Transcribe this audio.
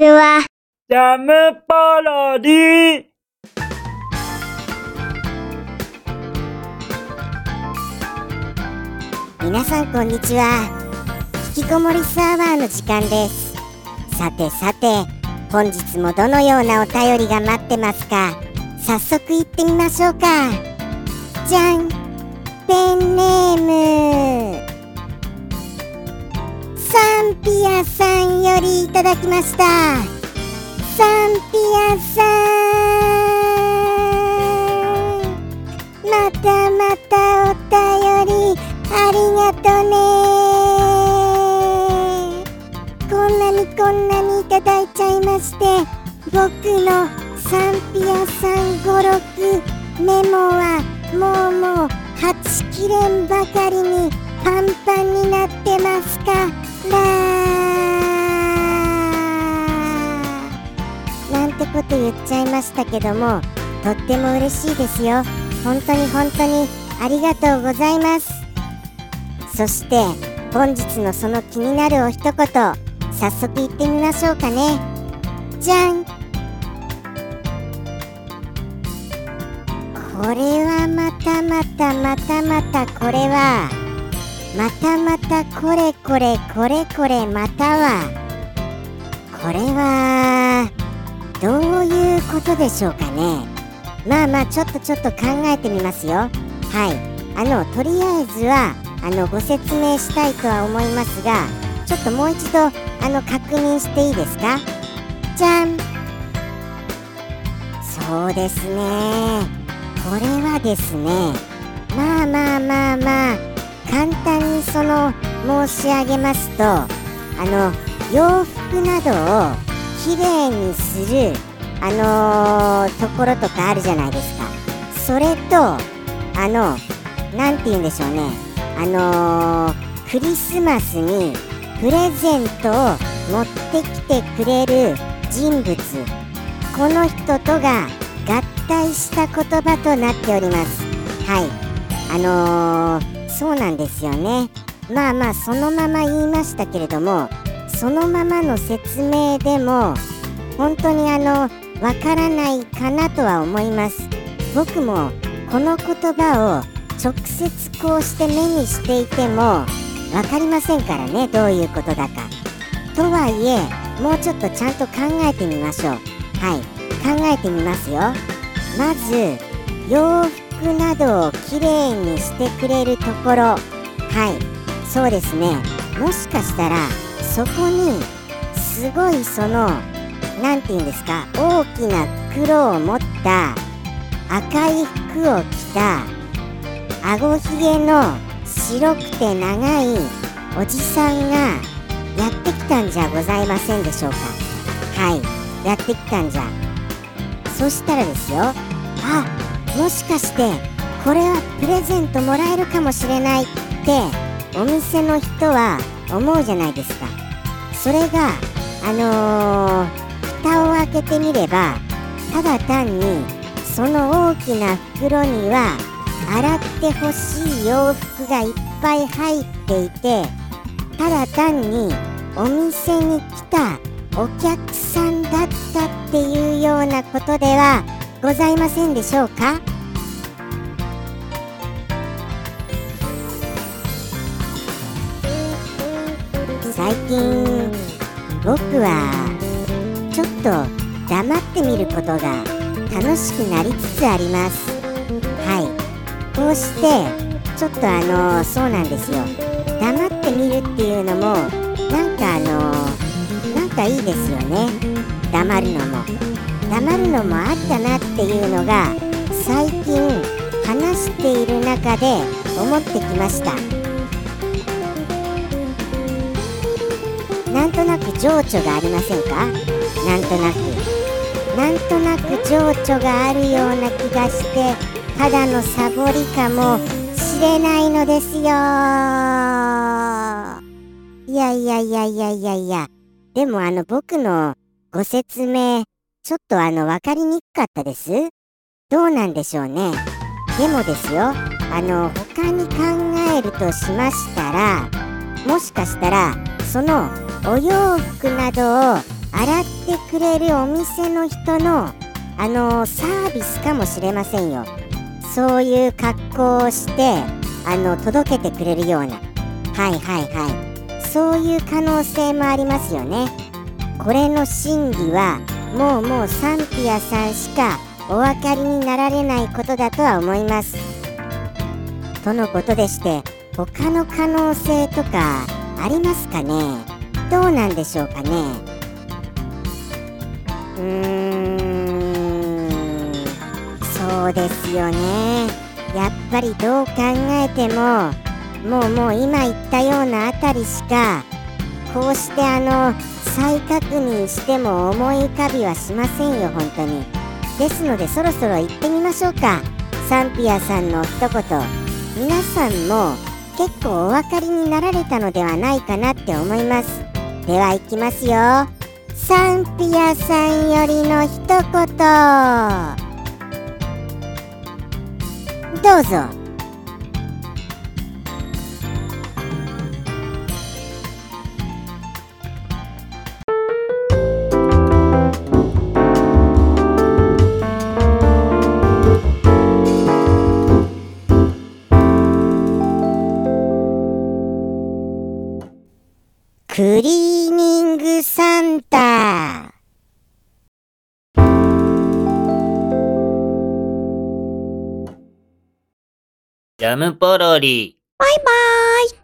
ちは。 ジャムパロディ。 皆さんこんにちは。引きこもりサーバーの時間です。さてさて、本日もどのようなお便りが待ってますか。早速行ってみましょうか。じゃん。ペンネームサンピアさんよりいただきました。サンピアさん、またまたお便りありがとね。こんなにいただいちゃいまして、僕のサンピアさん語録メモはもうはちきれんばかりにパンパンになってますからなんてこと言っちゃいましたけども、とっても嬉しいですよ。本当にありがとうございます。そして本日のその気になるお一言、早速言ってみましょうかね。じゃん。これはまたこれはまたこれまたはこれはどういうことでしょうかね。まあちょっと考えてみますよ。はい、とりあえずはご説明したいとは思いますが、ちょっともう一度確認していいですか。じゃん。そうですね、これはですね、まあ簡単に申し上げますと、洋服などをきれいにするところとかあるじゃないですか。それとなんて言うんでしょうね、クリスマスにプレゼントを持ってきてくれる人物、この人とが合体した言葉となっております。はい、そうなんですよね。まあそのまま言いましたけれども、そのままの説明でも本当にわからないかなとは思います。僕もこの言葉を直接こうして目にしていてもわかりませんからね、どういうことだか。とはいえもうちょっとちゃんと考えてみましょう。はい、考えてみますよ。まず洋服などをきれいにしてくれるところ、はい、そうですね。もしかしたらそこにすごいなんていうんですか、大きな袋を持った赤い服を着たあごひげの白くて長いおじさんがやってきたんじゃございませんでしょうか。はい、やってきたんじゃ。そしたらですよ、もしかしてこれはプレゼントもらえるかもしれないってお店の人は思うじゃないですか。それが蓋を開けてみれば、ただ単にその大きな袋には洗ってほしい洋服がいっぱい入っていて、ただ単にお店に来たお客さんだったっていうようなことではございませんでしょうか。最近僕はちょっと黙ってみることが楽しくなりつつあります。はい、こうしてちょっとそうなんですよ、黙ってみるっていうのもなんかいいですよね。黙るのもあったなっていうのが最近話している中で思ってきました。なんとなく情緒がありませんか。なんとなく情緒があるような気がして、ただのサボりかもしれないのですよ。いやでも僕のご説明ちょっと分かりにくかったです。どうなんでしょうね。でもですよ、他に考えるとしましたら、もしかしたらそのお洋服などを洗ってくれるお店の人のサービスかもしれませんよ。そういう格好をして届けてくれるような、はいはいはい、そういう可能性もありますよね。これの真偽はもうサンピアさんしかお分かりになられないことだとは思います。とのことでして、他の可能性とかありますかね。どうなんでしょうかね。そうですよね。やっぱりどう考えてももう今言ったようなあたりしかこうして再確認しても思い浮かびはしませんよ本当に。ですのでそろそろ行ってみましょうか。サンピアさんの一言、皆さんも結構お分かりになられたのではないかなって思います。では行きますよ。サンピアさんよりの一言どうぞ。クリーニングサンタ。 ジャムポロリ。 バイバーイ。